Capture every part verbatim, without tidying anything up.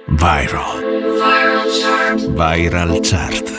Viral. Viral Chart. Viral Chart.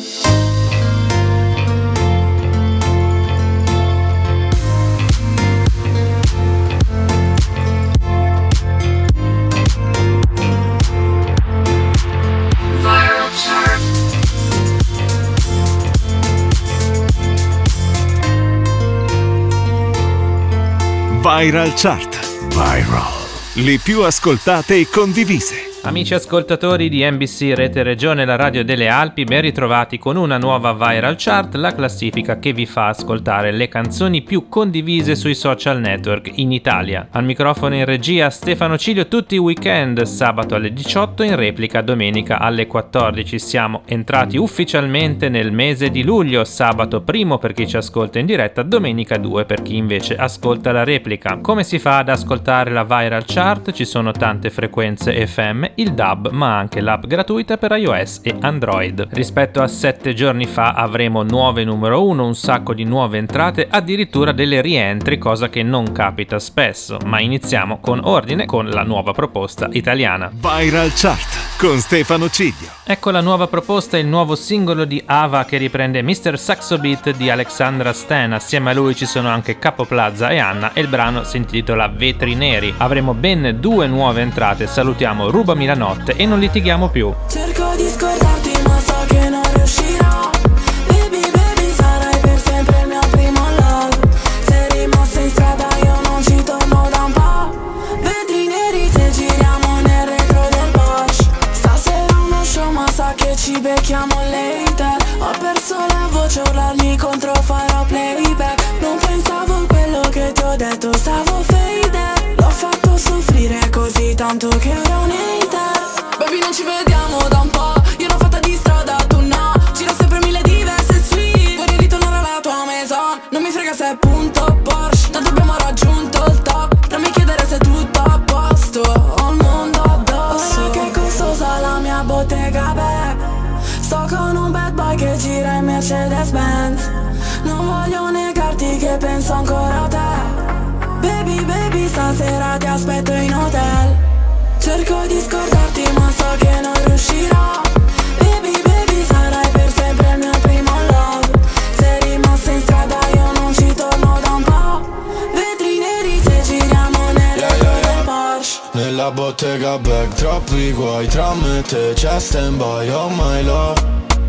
Viral Chart. Viral. Le più ascoltate e condivise. Amici ascoltatori di N B C Rete Regione, la radio delle Alpi, ben ritrovati con una nuova Viral Chart, la classifica che vi fa ascoltare le canzoni più condivise sui social network in Italia. Al microfono in regia Stefano Cilio tutti i weekend, sabato alle diciotto, in replica domenica alle quattordici. Siamo entrati ufficialmente nel mese di luglio, sabato primo per chi ci ascolta in diretta, domenica due per chi invece ascolta la replica. Come si fa ad ascoltare la Viral Chart? Ci sono tante frequenze F M, il D A B, ma anche l'app gratuita per iOS e Android. Rispetto a sette giorni fa avremo nuove numero uno, un sacco di nuove entrate, addirittura delle rientri, cosa che non capita spesso. Ma iniziamo con ordine con la nuova proposta italiana. Viral Chart con Stefano Ciglio. Ecco la nuova proposta, il nuovo singolo di Ava che riprende mister Saxo Beat di Alexandra Stan. Assieme a lui ci sono anche Capo Plaza e Anna e il brano si intitola Vetri Neri. Avremo ben due nuove entrate, salutiamo Rubami la notte e non litighiamo più. Cerco di scordarti ma so che non riuscirò. Baby baby sarai per sempre il mio primo love. Sei rimasto in strada io non ci torno da un po'. Vetri neri se giriamo nel retro del Porsche. Stasera uno show ma sa che ci becchiamo later. Ho perso la voce, urlarmi contro farò playback. Non pensavo a quello che ti ho detto, stavo faded. L'ho fatto soffrire così tanto che ora un hater. Baby non ci vediamo da un po', io l'ho fatta di strada, tu no. Giro sempre mille diverse suite, vorrei ritornare alla tua maison. Non mi frega se è punto Porsche, tanto abbiamo raggiunto il top. Non mi chiedere se è tutto a posto, ho il mondo addosso. Ora che è costosa la mia bottega back. Sto con un bad boy che gira in Mercedes Benz. Non voglio negarti che penso ancora a te. Baby baby stasera ti aspetto in hotel. Cerco di scordarti ma so che non riuscirò. Baby baby sarai per sempre il mio primo love. Sei rimasto in strada io non ci torno da un po'. Vetri neri se giriamo nel yeah, yeah, yeah. del Porsche. Nella bottega bag troppi guai, tra me e te c'è stand by. Oh my love,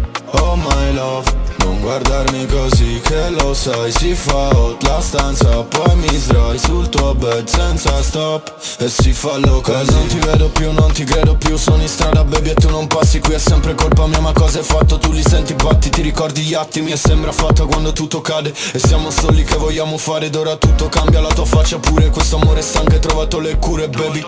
oh my love. Non guardarmi così che lo sai, si fa hot la stanza, poi mi sdrai sul tuo bed senza stop e si fa loco. Non ti vedo più, non ti credo più, sono in strada baby e tu non passi qui, è sempre colpa mia ma cosa hai fatto? Tu li senti batti, ti ricordi gli attimi e sembra fatta quando tutto cade e siamo soli che vogliamo fare ed ora tutto cambia, la tua faccia pure, questo amore stanco hai trovato le cure baby.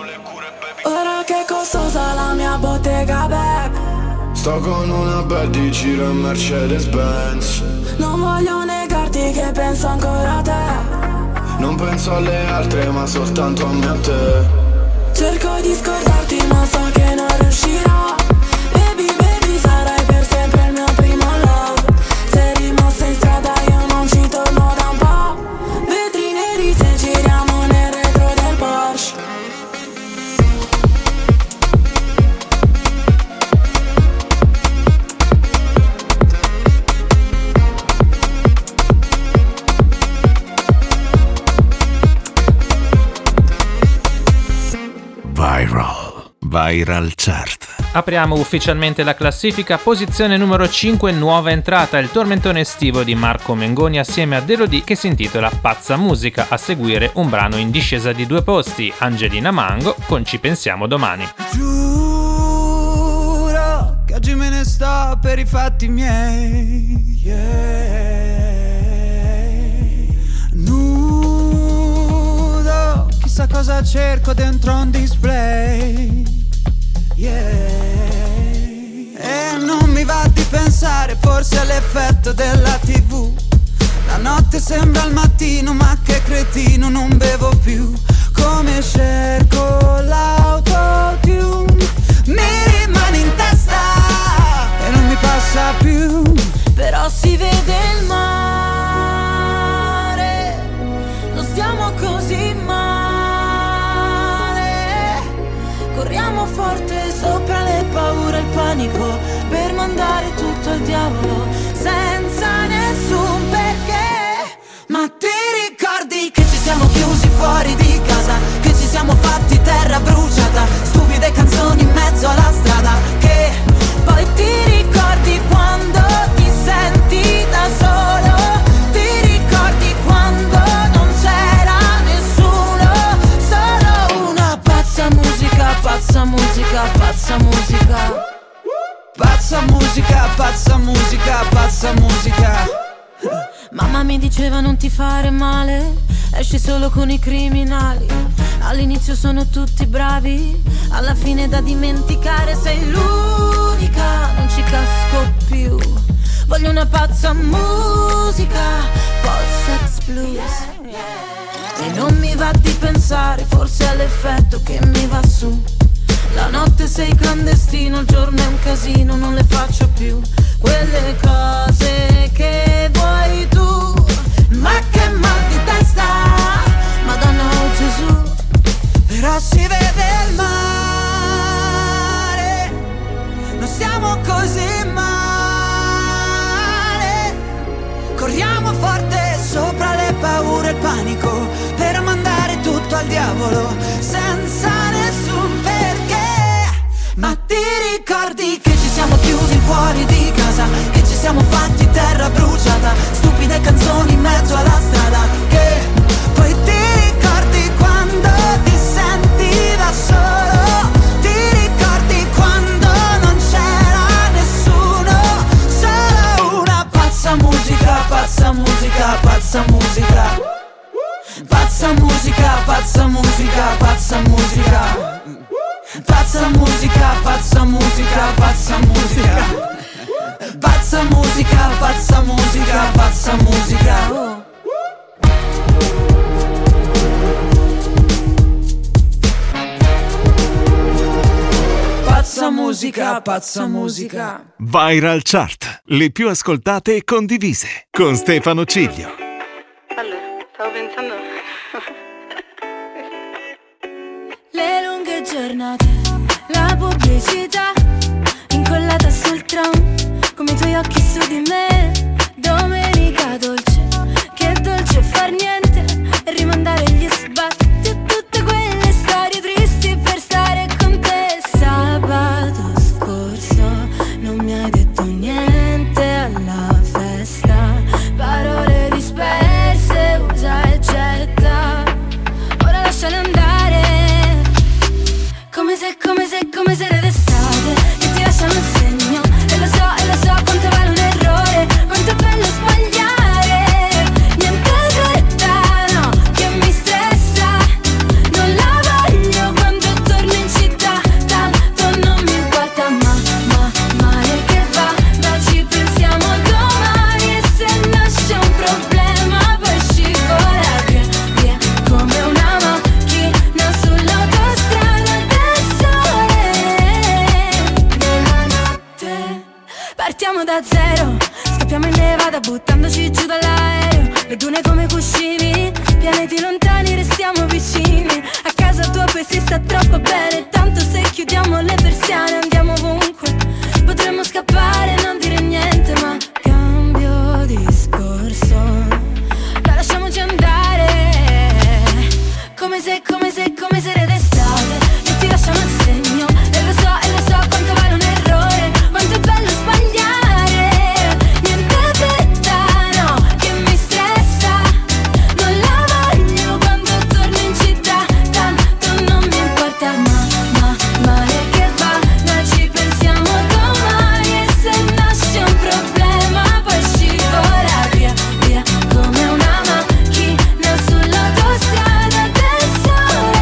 Ora che è costosa la mia bottega bag. Sto con una bad di giro in Mercedes Benz. Non voglio negarti che penso ancora a te. Non penso alle altre ma soltanto a me e a te. Cerco di scordarti ma so che non riuscirò. Baby baby sarai per sempre il mio primo love. Sei rimasto in strada io non ci torno da un po'. Vetri neri se giriamo nel retro del Porsche. Viral. Viral Chart. Apriamo ufficialmente la classifica, posizione numero cinque, nuova entrata, il tormentone estivo di Marco Mengoni assieme a Delodì che si intitola Pazza Musica, a seguire un brano in discesa di due posti, Angelina Mango con Ci pensiamo domani. Giuro che oggi me ne sto per i fatti miei, yeah. Nudo, chissà cosa cerco dentro un display, yeah. E non mi va di pensare forse all'effetto della tivù. La notte sembra il mattino ma che cretino, non bevo più. Come cerco l'autotune, mi rimane in testa e non mi passa più. Però si vede il mare, non stiamo così male. Corriamo forte sopra musica, pazza musica. Pazza musica, pazza musica, pazza musica. Mamma mi diceva non ti fare male, esci solo con i criminali. All'inizio sono tutti bravi, alla fine da dimenticare. Sei l'unica, non ci casco più. Voglio una pazza musica, post-sex blues. E non mi va di pensare, forse è l'effetto che mi va su. La notte sei clandestino, il giorno è un casino, non le faccio più quelle cose che vuoi tu. Ma che mal di testa, Madonna o Gesù. Però si vede il mare, non siamo così male. Corriamo forte sopra le paure e il panico, per mandare tutto al diavolo senza nessun perché. Ma ti ricordi che ci siamo chiusi fuori di casa, che ci siamo fatti terra bruciata, stupide canzoni in mezzo alla strada, che poi ti ricordi quando ti senti da solo, ti ricordi quando non c'era nessuno, solo una pazza musica, pazza musica, pazza musica. Pazza musica, pazza musica, pazza musica. Pazza musica, pazza musica, pazza musica. Pazza musica, pazza musica, pazza musica. Pazza musica, pazza musica. Viral Chart, le più ascoltate e condivise, con Stefano Ciglio. Allora, stavo pensando. Le lunghe giornate, la pubblicità incollata sul tram, come i tuoi occhi su di me. Domenica dolce, che dolce far niente e rimandare gli sbatti e tutte quelle storie tristi per stare con te. Sabato scorso non mi hai detto niente alla festa, parole disperse, usa e getta. Ora lasciale andare, come se, come se, come se era estate, che ti lasciano il segno. E lo so, e lo so quanto vale un errore, quanto è bello sbagliare. Niente fretta, no, che mi stressa. Non la voglio quando torno in città, tanto non mi importa. Ma, ma, male che va, ma ci pensiamo domani. E se nasce un problema poi scivola via, via, come una macchina sull'autostrada del sole. Nella notte partiamo da zero, scappiamo in Nevada buttandoci giù dall'aereo. Le dune come cuscini, pianeti lontani restiamo vicini. A casa tua poi si sta troppo bene, tanto se chiudiamo le persiane andiamo ovunque. Potremmo scappare e non dire niente, ma cambio discorso, la lasciamoci andare. Come se, come se, come se era d'estate, e ti lasciano il segno. E lo so, e lo so quanto vale un errore, quanto è bello sbagliare. Niente fretta, no, che mi stressa. Non la voglio quando torno in città, tanto non mi importa. Ma, ma, male che va, ma ci pensiamo domani. E se nasce un problema poi scivola via, via, come una macchina sull'autostrada del sole.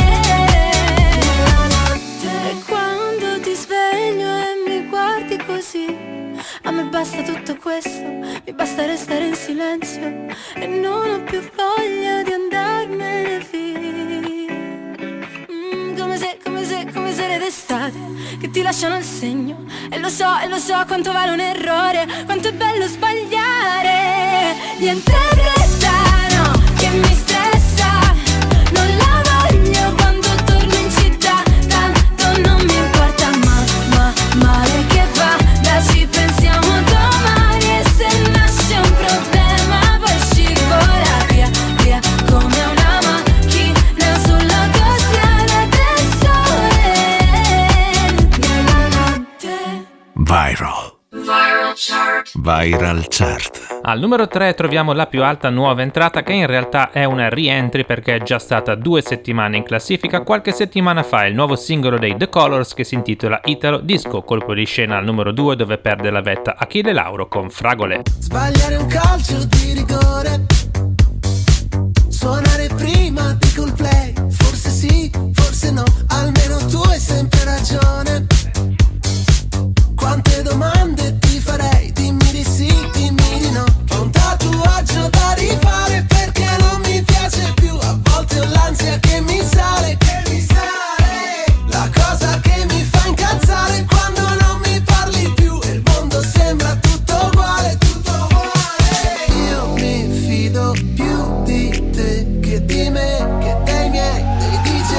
Nella notte, e quando ti sveglio e mi guardi così, a me basta tutto questo, mi basta restare in silenzio e non ho più voglia di andarmene via. Mm, come se, come se, come se era d'estate, che ti lasciano il segno. E lo so, e lo so quanto vale un errore, quanto è bello sbagliare. Niente fretta, no, che mi stressa. Non la voglio quando torno in città, tanto non mi importa. Ma, ma, male che va, da ci pensiamo domani. E se nasce un problema poi scivola via, via, come una macchina sull'autostrada del sole. Nella notte Viral. Viral. Viral Chart. Al numero tre troviamo la più alta nuova entrata, che in realtà è una re-entry perché è già stata due settimane in classifica. Qualche settimana fa il nuovo singolo dei The Colors che si intitola Italo Disco, colpo di scena al numero due dove perde la vetta Achille Lauro con Fragole. Sbagliare un calcio di rigore, suonare prima di col play, forse sì, forse no, almeno tu hai sempre ragione. Quante domande ti farei, dimmi di sì, dimmi di no. Che ho un tatuaggio da rifare perché non mi piace più. A volte ho l'ansia che mi sale, che mi sale. La cosa che mi fa incazzare quando non mi parli più e il mondo sembra tutto uguale, tutto uguale. Io mi fido più di te che di me, che dei miei, dei D J.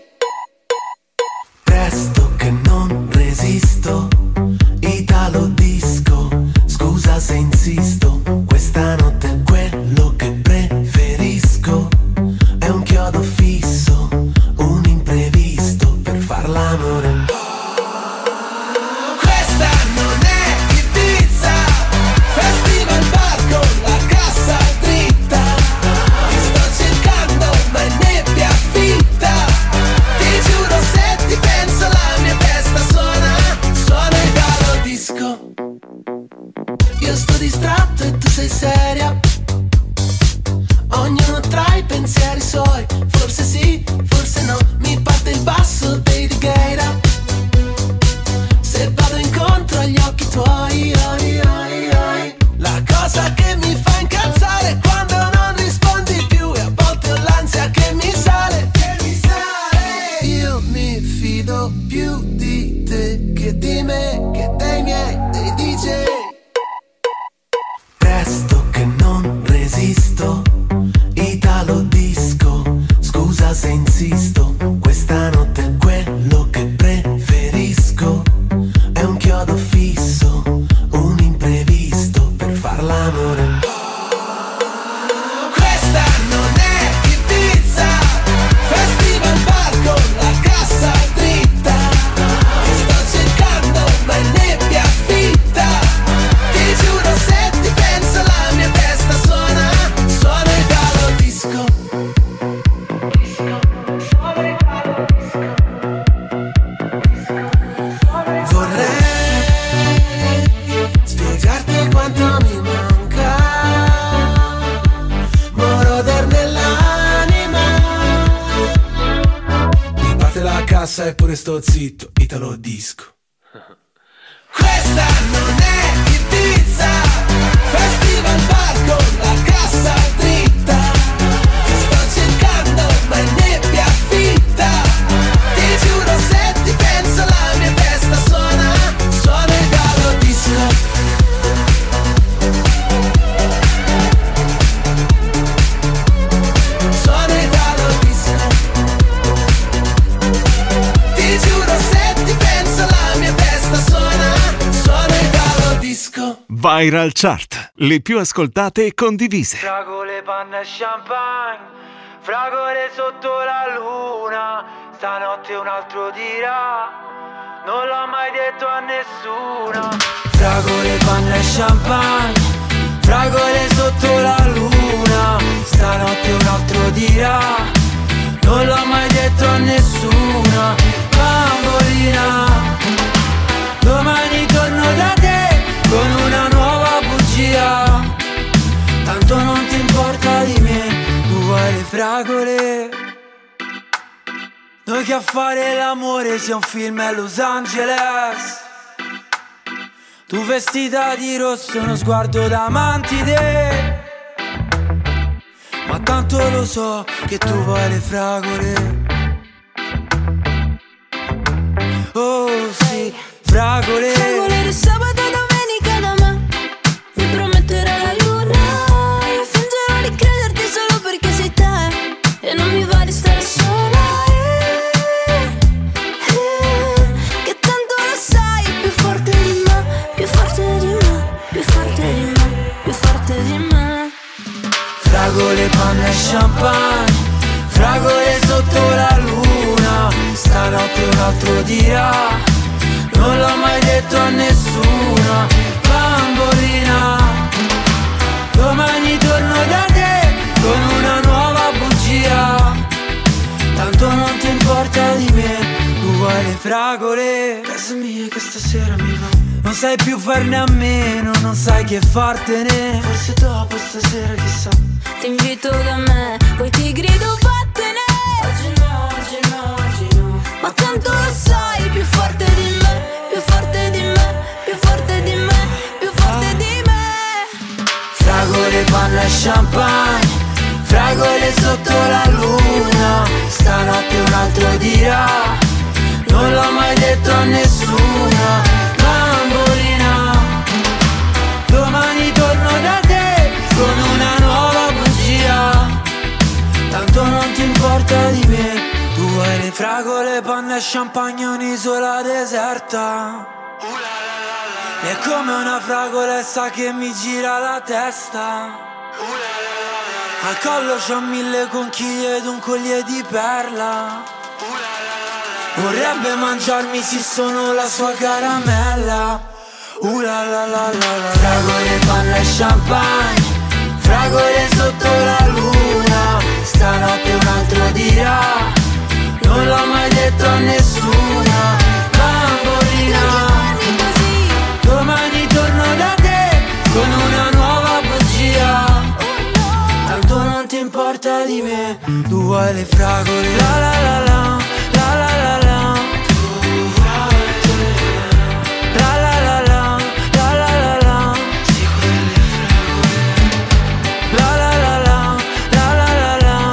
Presto che non resisto, Italo Disco, scusa se insisto, questa notte è quello che preferisco, è un chiodo fisso, un imprevisto per far l'amore. Questa non è Ibiza, festival bar con la cassa dritta, ti sto cercando ma è nebbia fitta, ti giuro se ti penso la mia testa suona, suona Italo Disco. Io sto distratto e tu sei seria, ognuno tra i pensieri suoi, forse sì, forse no, mi parte il basso dei Righeira, se vado incontro agli occhi tuoi, oi, oi, oi. La cosa che mi fa incazzare è quando non rispondi più e a volte ho l'ansia che mi sale, che mi sale. Io mi fido più di te che di me, che dei miei, dei D J. Presto che non resisto, Italo Disco, scusa se insisto, questa notte è quello che preferisco, è un chiodo fisso, un imprevisto per far l'amore. Questa non è Ibiza, festival bar con la cassa dritta, ti sto cercando ma è nebbia fitta, ti giuro se ti penso la mia testa suona, suona Italo Disco. Vorrei spiegarti quanto mi manca, moroder nell'anima. Mi parte la cassa e pure sto zitto, Italo Disco. Questa non è Ibiza, festival bar con la cassa dritta, ti sto cercando ma è nebbia fitta, ti giuro se ti penso la mia testa suona, suona Italo Disco. Suona Italo Disco, ti giuro se ti penso la mia testa suona, suona Italo Disco. Viral Chart, le più ascoltate e condivise. Fragole, panna e champagne, fragole sotto la luna, stanotte un altro dirà, non l'ho mai detto a nessuno. Fragole, panna e champagne, fragole sotto la luna, stanotte un altro dirà, non l'ho mai detto a nessuno. Bambolina, domani torno da te con una nuova bugia, tanto non ti importa di me, tu vuoi le fragole. Noi che a fare l'amore sia un film a Los Angeles, tu vestita di rosso, uno sguardo da mantide, ma tanto lo so che tu vuoi le fragole. Oh sì, fragole. Fragole di sabato e domenica da me, mi prometterò la luna, io fingerò di crederti solo perché sei te e non mi va di stare sola, eh, eh, che tanto lo sai, è più forte di me, più forte di me, più forte di me, più forte di me. Fragole, panna e champagne, fragole sotto la luna, stanotte un altro dirà, non l'ho mai detto a nessuno. bambolina. Domani torno da te con una nuova bugia. Tanto non ti importa di me, tu vuoi le fragole. Casa mia che stasera mi va. Non sai più farne a meno, non sai che fartene. Forse dopo stasera chissà. Ti invito da me, poi ti grido vattene. Oggi no, oggi no, oggi no. Ma tanto lo sai, più forte di me, più forte di me, più forte di me, più forte di me. Fragole, panna e champagne, fragole sotto la luna. Stanotte un altro dirà, non l'ho mai detto a nessuna. Bambolina, domani torno da te con una nuova bugia. Tanto non ti importa di me, tu vuoi le fragole, panna e champagne, un'isola deserta. È come una fragolessa che mi gira la testa. Al collo c'ho mille conchiglie ed un collier di perla. Vorrebbe mangiarmi se sono la sua caramella. Uh la la la la la. Fragole, panna e champagne, fragole sotto la luna. Stanotte un altro dirà, non l'ho mai detto a nessuna. Bambolina, domani torno da te con una nuova bugia. Tanto non ti importa di me, tu vuoi le fragole. La la la la, la la la la. La la la la, la la la la. Sì, quelle fragole. La la la la, la la la la.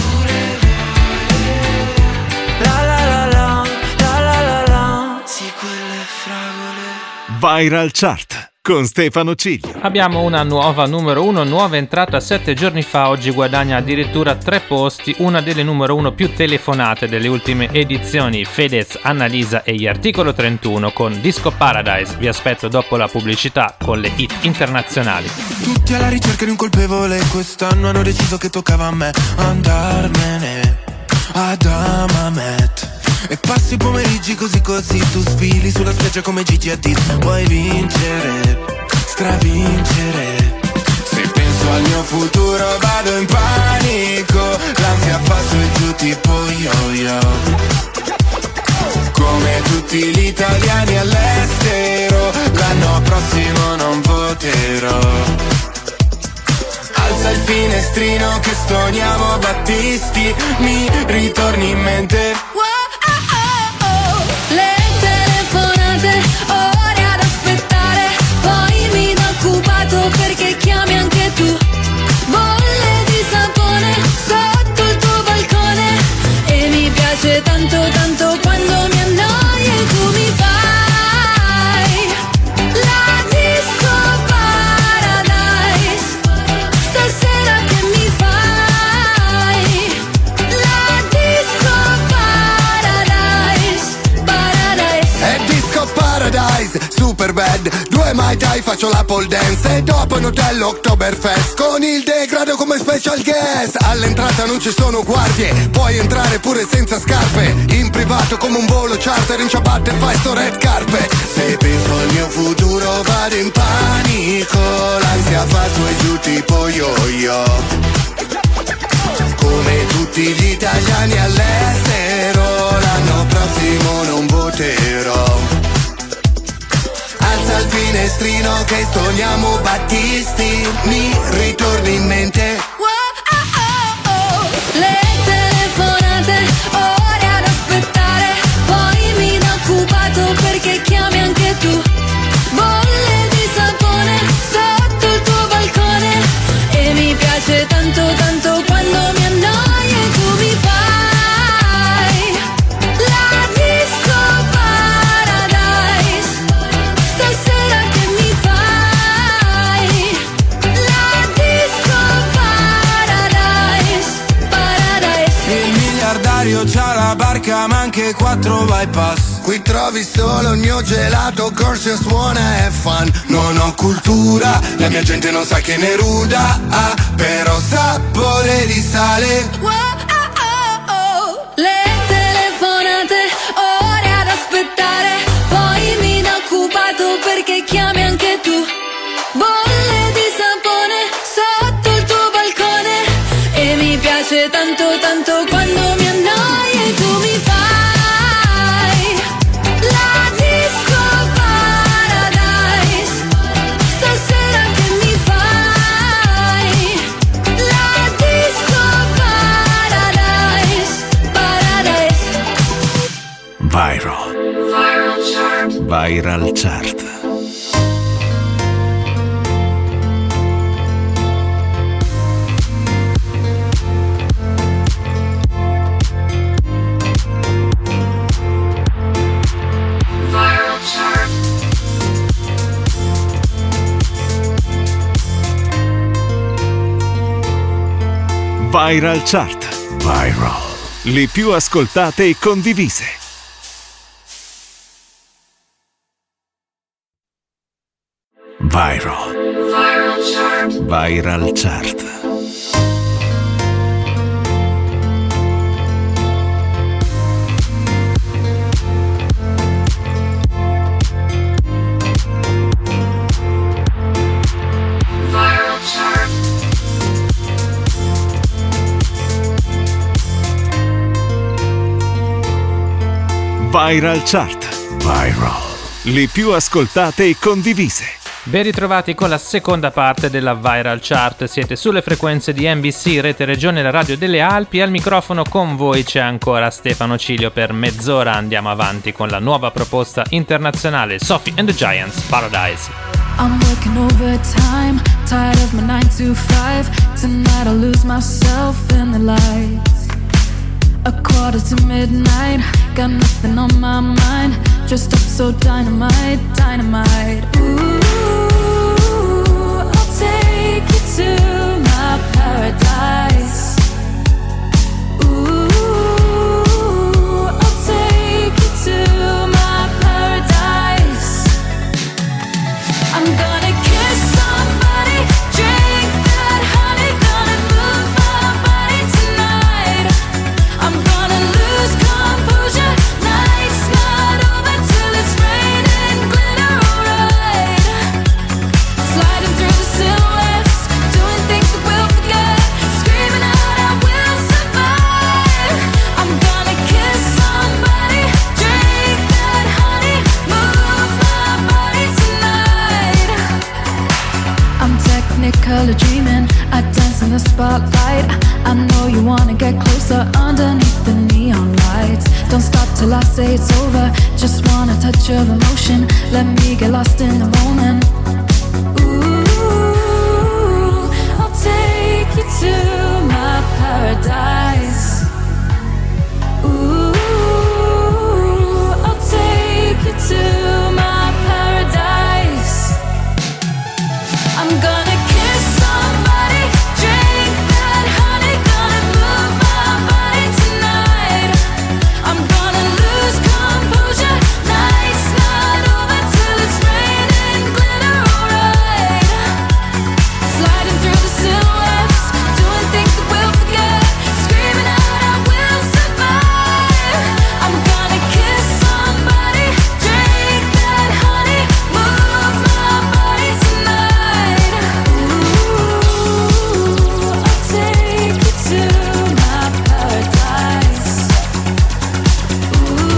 La la la la, la la la la. Sì, quelle fragole. Viral Chart con Stefano Ciglio. Abbiamo una nuova numero uno, nuova entrata sette giorni fa, oggi guadagna addirittura tre posti, una delle numero uno più telefonate delle ultime edizioni, Fedez, Annalisa e gli Articolo trentuno con Disco Paradise. Vi aspetto dopo la pubblicità con le hit internazionali. Tutti alla ricerca di un colpevole, quest'anno hanno deciso che toccava a me andarmene ad Amamet. E passi i pomeriggi così così, tu sfili sulla spiaggia come Gigi Hadid. Vuoi vincere, stravincere. Se penso al mio futuro vado in panico, l'ansia fa su e giù tipo yo-yo. Come tutti gli italiani all'estero, l'anno prossimo non voterò. Alza il finestrino che stoniamo Battisti, mi ritorni in mente. Le telefonate, ore ad aspettare, poi mi do occupato perché chiami anche tu. Bolle di sapone sotto il tuo balcone e mi piace tanto tanto quando mi annoio e tu mi fai la disco paradise. Stasera che mi fai la disco paradise. È Disco Paradise, super bad. Due Mai Tai, faccio la pole dance. E dopo in hotel Oktoberfest con il degrado come special guest. All'entrata non ci sono guardie, puoi entrare pure senza scarpe. In privato come un volo charter, in ciabatte fai sto red carpet. Se penso al mio futuro vado in panico, l'ansia fa su e giù tipo yo-yo. Come tutti gli italiani all'estero, l'anno prossimo non voterò. Alza il finestrino che stoniamo Battisti, mi ritorni in mente. Le telefonate, ore ad aspettare, poi mi do occupato perché chiami anche tu. Bolle di sapone sotto il tuo balcone e mi piace tanto tanto quando mi annoio e tu mi fai la disco paradise. Stasera che mi fai la disco paradise. Paradise. Il miliardario c'ha la barca ma anche quattro bypass. Qui trovi solo il mio gelato, corso suona e fan. Non ho cultura, la mia gente non sa che ne ruda, ah, però sapore di sale. Wow, oh, oh, oh. Le telefonate, ore ad aspettare, poi mi do occupato perché chiami anche tu. Boh. tanto, tanto quando mi annoi e tu mi fai la disco paradise. Stasera che mi fai la disco paradise, paradise. Viral. Viral chart. Viral chart. Viral Chart. Viral. Le più ascoltate e condivise. Viral. Viral chart. Viral Chart. Viral Chart. Viral. Le più ascoltate e condivise. Ben ritrovati con la seconda parte della Viral Chart. Siete sulle frequenze di N B C, Rete Regione, la radio delle Alpi. Al microfono con voi c'è ancora Stefano Cilio. Per mezz'ora andiamo avanti con la nuova proposta internazionale Sophie and the Giants, Paradise. I'm working overtime, tired of my nine to five. Tonight I'll lose myself in the lights. A quarter to midnight, got nothing on my mind. Dressed up so dynamite, dynamite. Ooh, I'll take you to my paradise. Ooh, I'll take you to my paradise. I'm gonna kiss somebody, drink that honey, gonna move my body tonight. I'm gonna lose composure, night's not over till it's raining glitter, alright. Sliding through the silhouettes, doing things that we'll forget, screaming out I will survive. I'm gonna kiss somebody, drink that honey, move my body tonight. I'm technicolor dreaming, I dance in the spotlight. I know you wanna get closer underneath the neon lights. Don't stop till I say it's over, just want a touch of emotion. Let me get lost in the moment. Ooh, I'll take you to my paradise. Ooh, I'll take you to my paradise. I'm gonna kiss somebody, drink that honey, gonna move my body tonight. I'm gonna lose composure, night's not over till it's raining glitter, alright. Sliding through the silhouettes, doing things that we'll forget, screaming out I will survive. I'm gonna kiss somebody, drink that honey, move my body tonight. Ooh, I'll take you to my paradise. Ooh,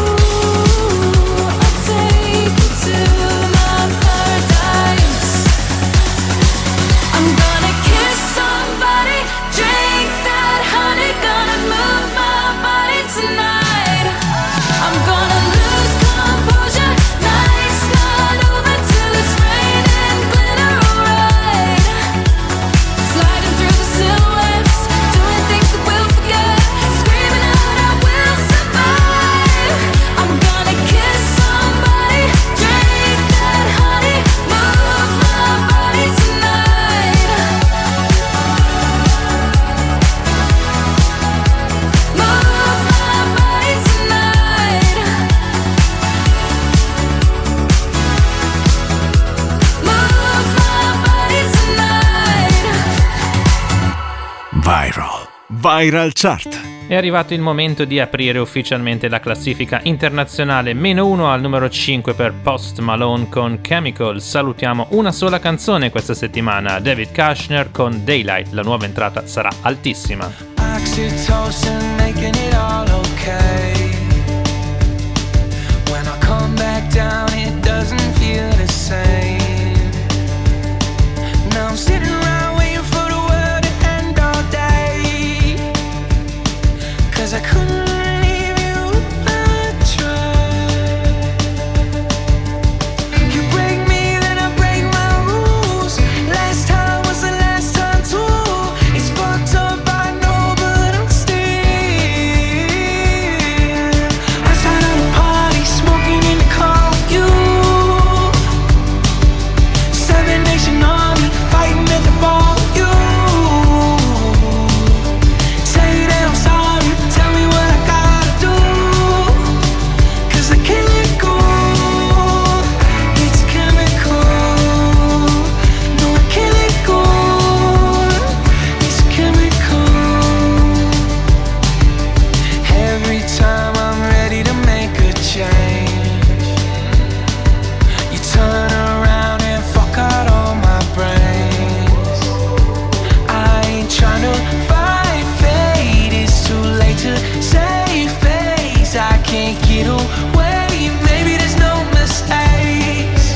I'll take you to my paradise. I'm gonna kiss somebody, drink that honey, gonna move my body tonight. I'm gonna lose composure, night's not over till it's raining glitter, alright. Sliding through the silhouettes, doing things that we'll forget, screaming out I will survive. I'm gonna kiss somebody, drink that honey, move my body tonight. Move my body tonight. Move my body tonight. Viral. Viral Chart. È arrivato il momento di aprire ufficialmente la classifica internazionale. Meno uno al numero cinque per Post Malone con Chemical. Salutiamo una sola canzone questa settimana, David Kushner con Daylight. La nuova entrata sarà altissima. oxytocin, making it all okay. When I come back down, it doesn't feel the same. Now I'm sitting around waiting for the world to end all day, 'cause I couldn't leave you if I tried. You break me, then I break my rules. Last time was the last time too. It's fucked up, I know, but I'm still outside of the party, smoking in the car with you. Seven Nation Army, fighting at the bar with you. Say that I'm sorry, tell me what I gotta do, 'cause I can't let go. It's chemical. No, I can't let go. It's chemical. Every time I'm ready to make a change, you turn around and fuck out all my brains. I ain't tryna fight fate, it's too late to save face. I can't get away, maybe there's no mistakes.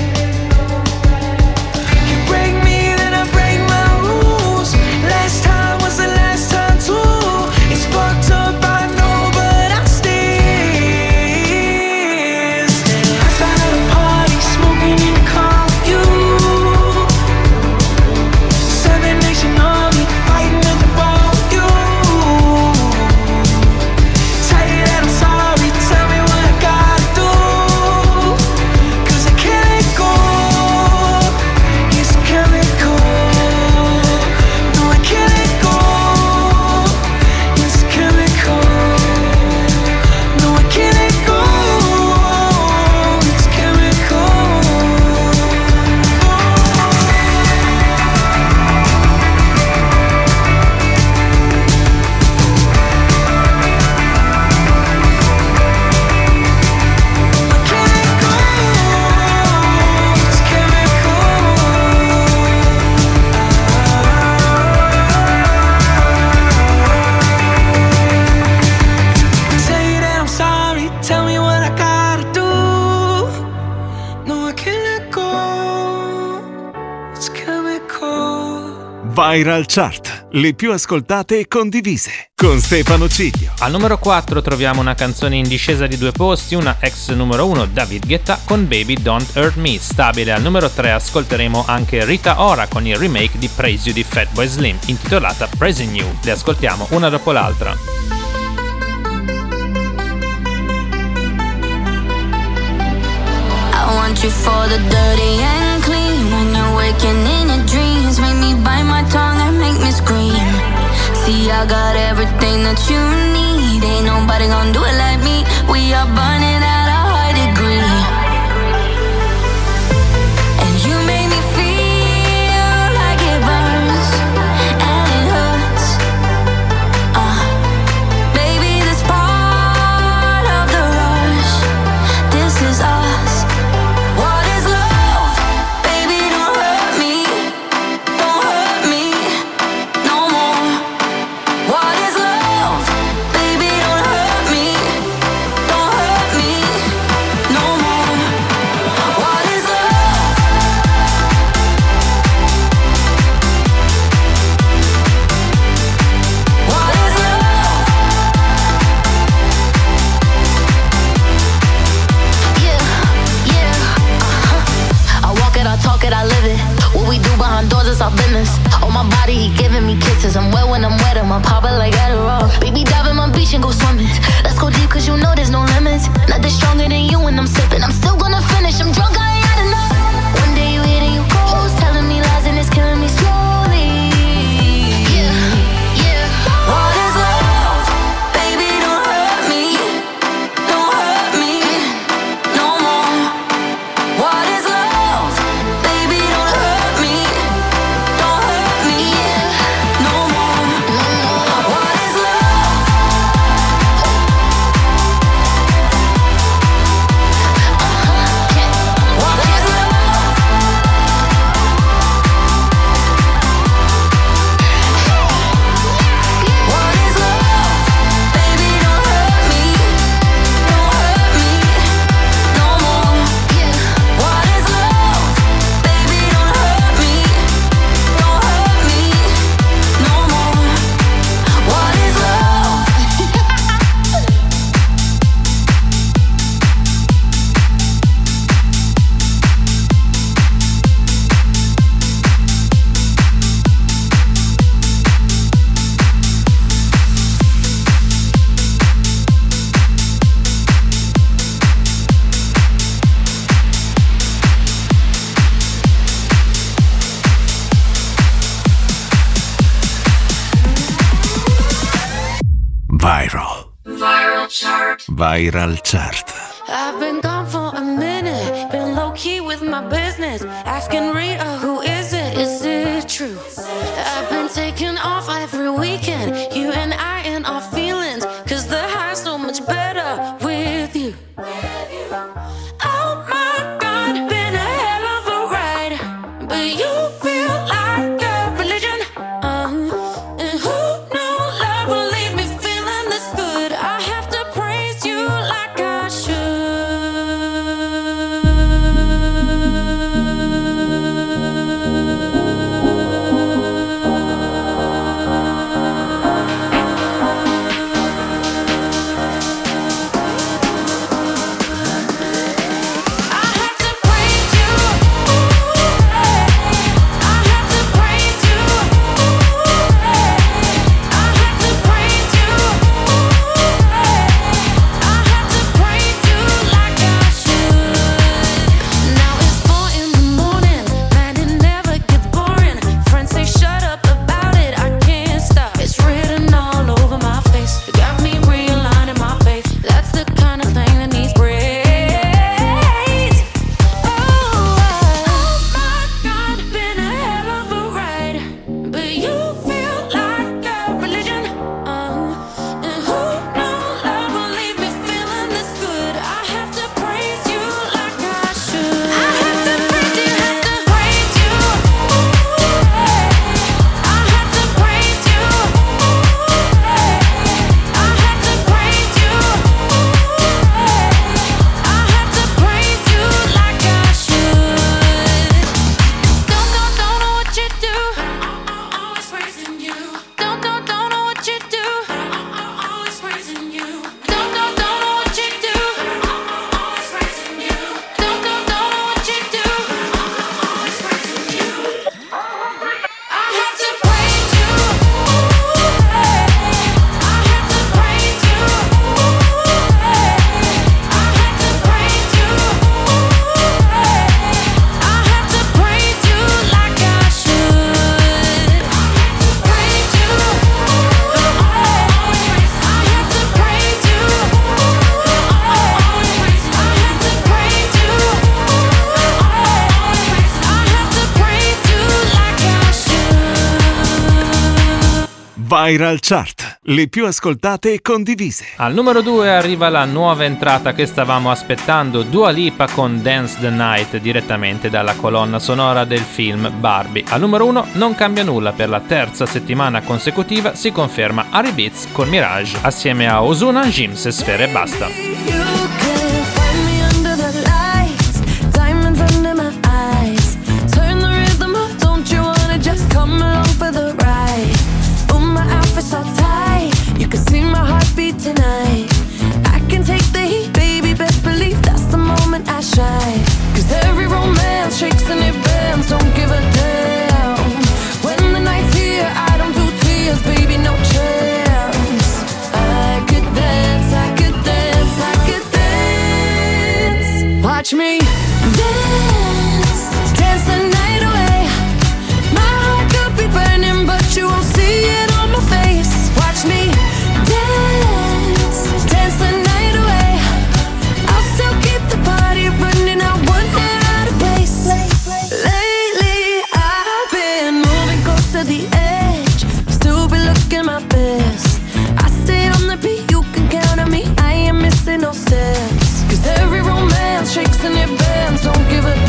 You break me, then I break my rules. Last time was the last time too. It's fucked up, I know, but I'm still outside of the party, smoking in the car with you. Seven Nation Army, fighting at the bar with you. Tell you that I'm sorry, tell me what I gotta do, 'cause I can't let go. It's chemical. No, I can't let go. It's chemical. No, I can't let go. It's chemical. Tell you that I'm sorry, tell me what I gotta do. No, I can't let go. It's chemical. Viral Chart, le più ascoltate e condivise, con Stefano Ciglio. Al numero quattro troviamo una canzone in discesa di due posti, una ex numero uno, David Guetta con Baby Don't Hurt Me. Stabile al numero tre ascolteremo anche Rita Ora con il remake di Praise You di Fatboy Slim, intitolata Praising You. Le ascoltiamo una dopo l'altra. I want you for the dirty and clean. When you're waking in your dreams, make me bite my tongue and make me scream. See, I got everything that you need. Ain't nobody gonna do it like me. We are burning at a high degree. And you make me feel like it burns and it hurts. Uh, baby, this part of the rush. This is us. What is love? Baby, don't hurt me. Don't hurt me no more. What is love? Baby, don't hurt me. Don't hurt me no more. What is love? What is love? Yeah, yeah, uh-huh. I walk it, I talk it, I live it. What we do behind doors is our business. On my body, he giving me kisses. I'm wet when I'm wet, I'm popping like Adderall. Baby, dive in my beach and go swimming. Let's go deep, 'cause you know there's no limits. Nothing stronger than you when I'm sipping. I'm still gonna finish, I'm drunk, I ain't had enough. One day you hit and you go, telling me lies and it's killing me slowly. Yeah, yeah. What is love? Baby, don't hurt me. Don't hurt me no more. What is love? Baby, don't hurt me. Don't hurt me no more. What is love? Uh-huh. Viral Chart. I've been gone for a minute, been low key with my business, asking Rita, who is it? Is it true? I've been taking off every weekend, you and I and our feelings, cause the high's so much better with you. Oh my God, been a hell of a ride, but you feel like a religion. Uh, and who knew love will leave me feeling this good? I have to praise you like I should. Viral Chart, le più ascoltate e condivise. Al numero due arriva la nuova entrata che stavamo aspettando, Dua Lipa con Dance the Night, direttamente dalla colonna sonora del film Barbie. Al numero uno non cambia nulla, per la terza settimana consecutiva si conferma Ari Beats con Mirage, assieme a Ozuna, Jims e Sfera Ebbasta. So tight, you can see my heartbeat tonight. I can take the heat, baby, best believe that's the moment I shine. Cause every romance shakes and it bends, don't give a damn. When the night's here, I don't do tears, baby, no chance. I could dance, I could dance, I could dance. Watch me dance, dance the night away. My heart could be burning, but you won't see it on my face. Watch me dance, dance the night away. I'll still keep the party running, I won't get out of place. Lately I've been moving close to the edge, still be looking my best. I stay on the beat, you can count on me, I ain't missing no steps. Cause every romance shakes and it bends, don't give a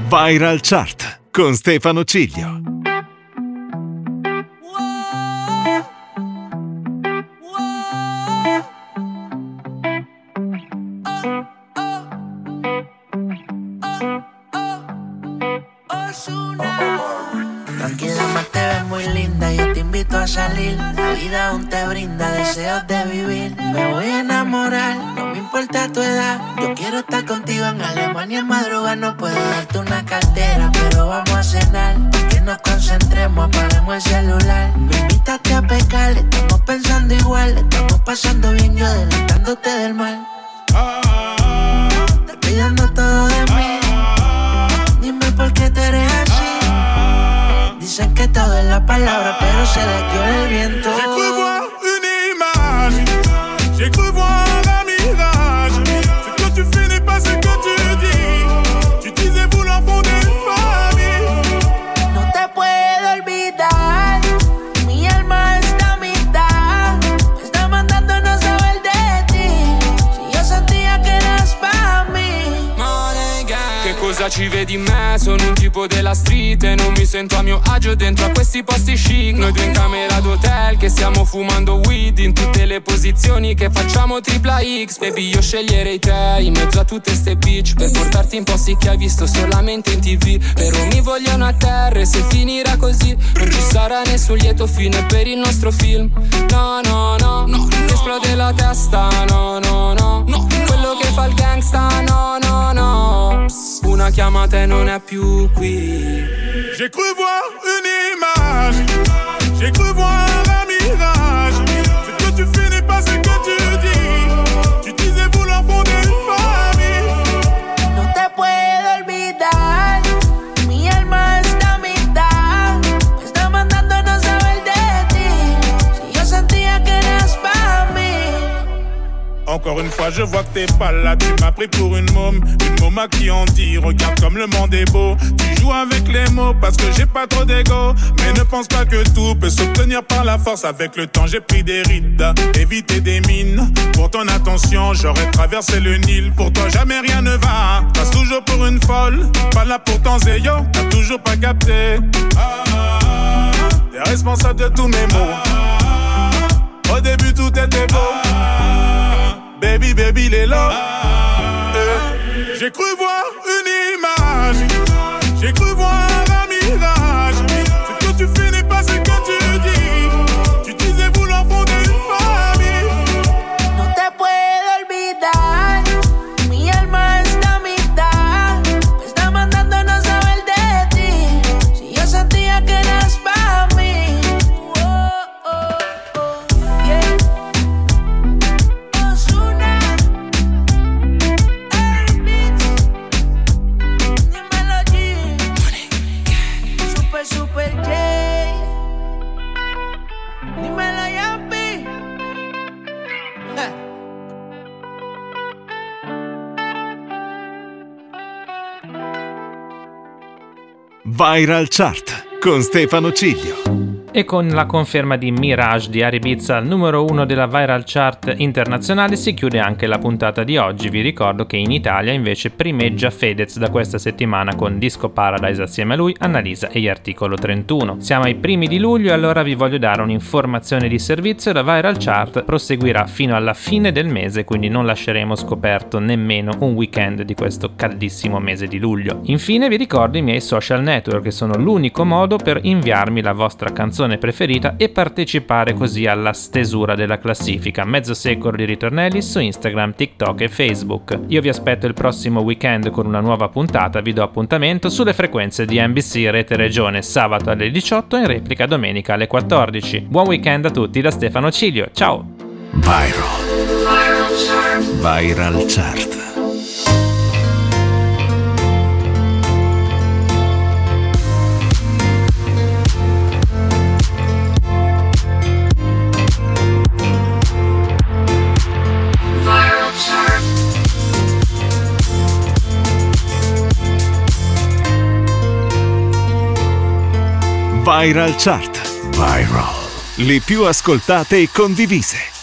Viral Chart con Stefano Ciglio. Tranquila, más te ves muy linda, yo te invito a salir. La vida aún te brinda deseos de vivir. Me voy a enamorar, no me importa tu edad. Yo quiero estar contigo en Alemania en madrugada. No puedo darte una cartera, pero vamos a cenar. Que nos concentremos, apaguemos el celular. Me invitaste a pecar, estamos pensando igual. Estamos pasando bien, yo adelantándote del mal. Te pidiendo todo de mí. Dime por qué tú eres así. Dicen que todo es la palabra, pero se la dio el viento. J'ai cru voir une image, j'ai cru voir un mirage. Ce que tu fais n'est pas ce que tu dis. Tu disais vouloir fonder une famille. No te puedo olvidar, mi alma está a mitad. Me está mandando a no saber de ti. Si yo sentía que eras pa' mí. Che cosa ci vedi in me? Sono un tipo della street e non mi sento a mio agio dentro a questi posti chic. Noi due in camera d'hotel che stiamo fumando weed in tutte le posizioni che facciamo tripla X. Baby, io sceglierei te in mezzo a tutte ste bitch per portarti in posti che hai visto solamente in tv. Però mi vogliono a terra e se finirà così non ci sarà nessun lieto fine per il nostro film. No, no, no, no, ti esplode la testa. No, no, no, no, quello che fa il gangsta. No, no, no, una chiamata e non è più qui. J'ai cru voir une image, j'ai cru voir un mirage. Ce que tu fais n'est pas ce que tu dis. Tu disais vouloir fonder une famille. No te puedo olvidar, mi alma está a mitad. Me está mandando a no saber de ti. Si yo sentía que eras pa' mí. Encore une fois je vois que t'es pas là. Tu m'as pris pour une môme, une môme à qui on dit regarde comme le monde est beau. Tu joues avec les mots parce que j'ai pas trop d'ego. Mais ne pense pas que tout peut s'obtenir par la force. Avec le temps j'ai pris des rides, éviter des mines. Pour ton attention j'aurais traversé le Nil. Pour toi jamais rien ne va, passe toujours pour une folle. Pas là pour ton zéyo, t'as toujours pas capté. Ah, t'es responsable de tous mes mots. Au début tout était beau. Baby, baby, les lots. Eh. J'ai cru voir une image, j'ai cru voir un mirage. Ce que tu fais n'est pas ce que tu dis. Tu disais vouloir fonder une famille. No te puedo olvidar, mi alma está a mitad. Me está mandando a no saber de ti. Si yo sentía que eras pa' mí. Oh, oh, oh, yeah. Super J, dímelo Yampi. Viral Chart con Stefano Ciglio. E con la conferma di Mirage di Ari Bizza al numero uno della Viral Chart internazionale si chiude anche la puntata di oggi. Vi ricordo che in Italia invece primeggia Fedez da questa settimana con Disco Paradise assieme a lui, Annalisa e gli Articolo trentuno. Siamo ai primi di luglio e allora vi voglio dare un'informazione di servizio. La Viral Chart proseguirà fino alla fine del mese, quindi non lasceremo scoperto nemmeno un weekend di questo caldissimo mese di luglio. Infine vi ricordo i miei social network, che sono l'unico modo per inviarmi la vostra canzone preferita e partecipare così alla stesura della classifica. Mezzo secolo di ritornelli su Instagram, TikTok e Facebook. Io vi aspetto il prossimo weekend con una nuova puntata. Vi do appuntamento sulle frequenze di N B C Rete Regione sabato alle diciotto e in replica domenica alle quattordici. Buon weekend a tutti da Stefano Ciglio. Ciao. Viral. Viral Chart. Viral Chart. Viral. Le più ascoltate e condivise.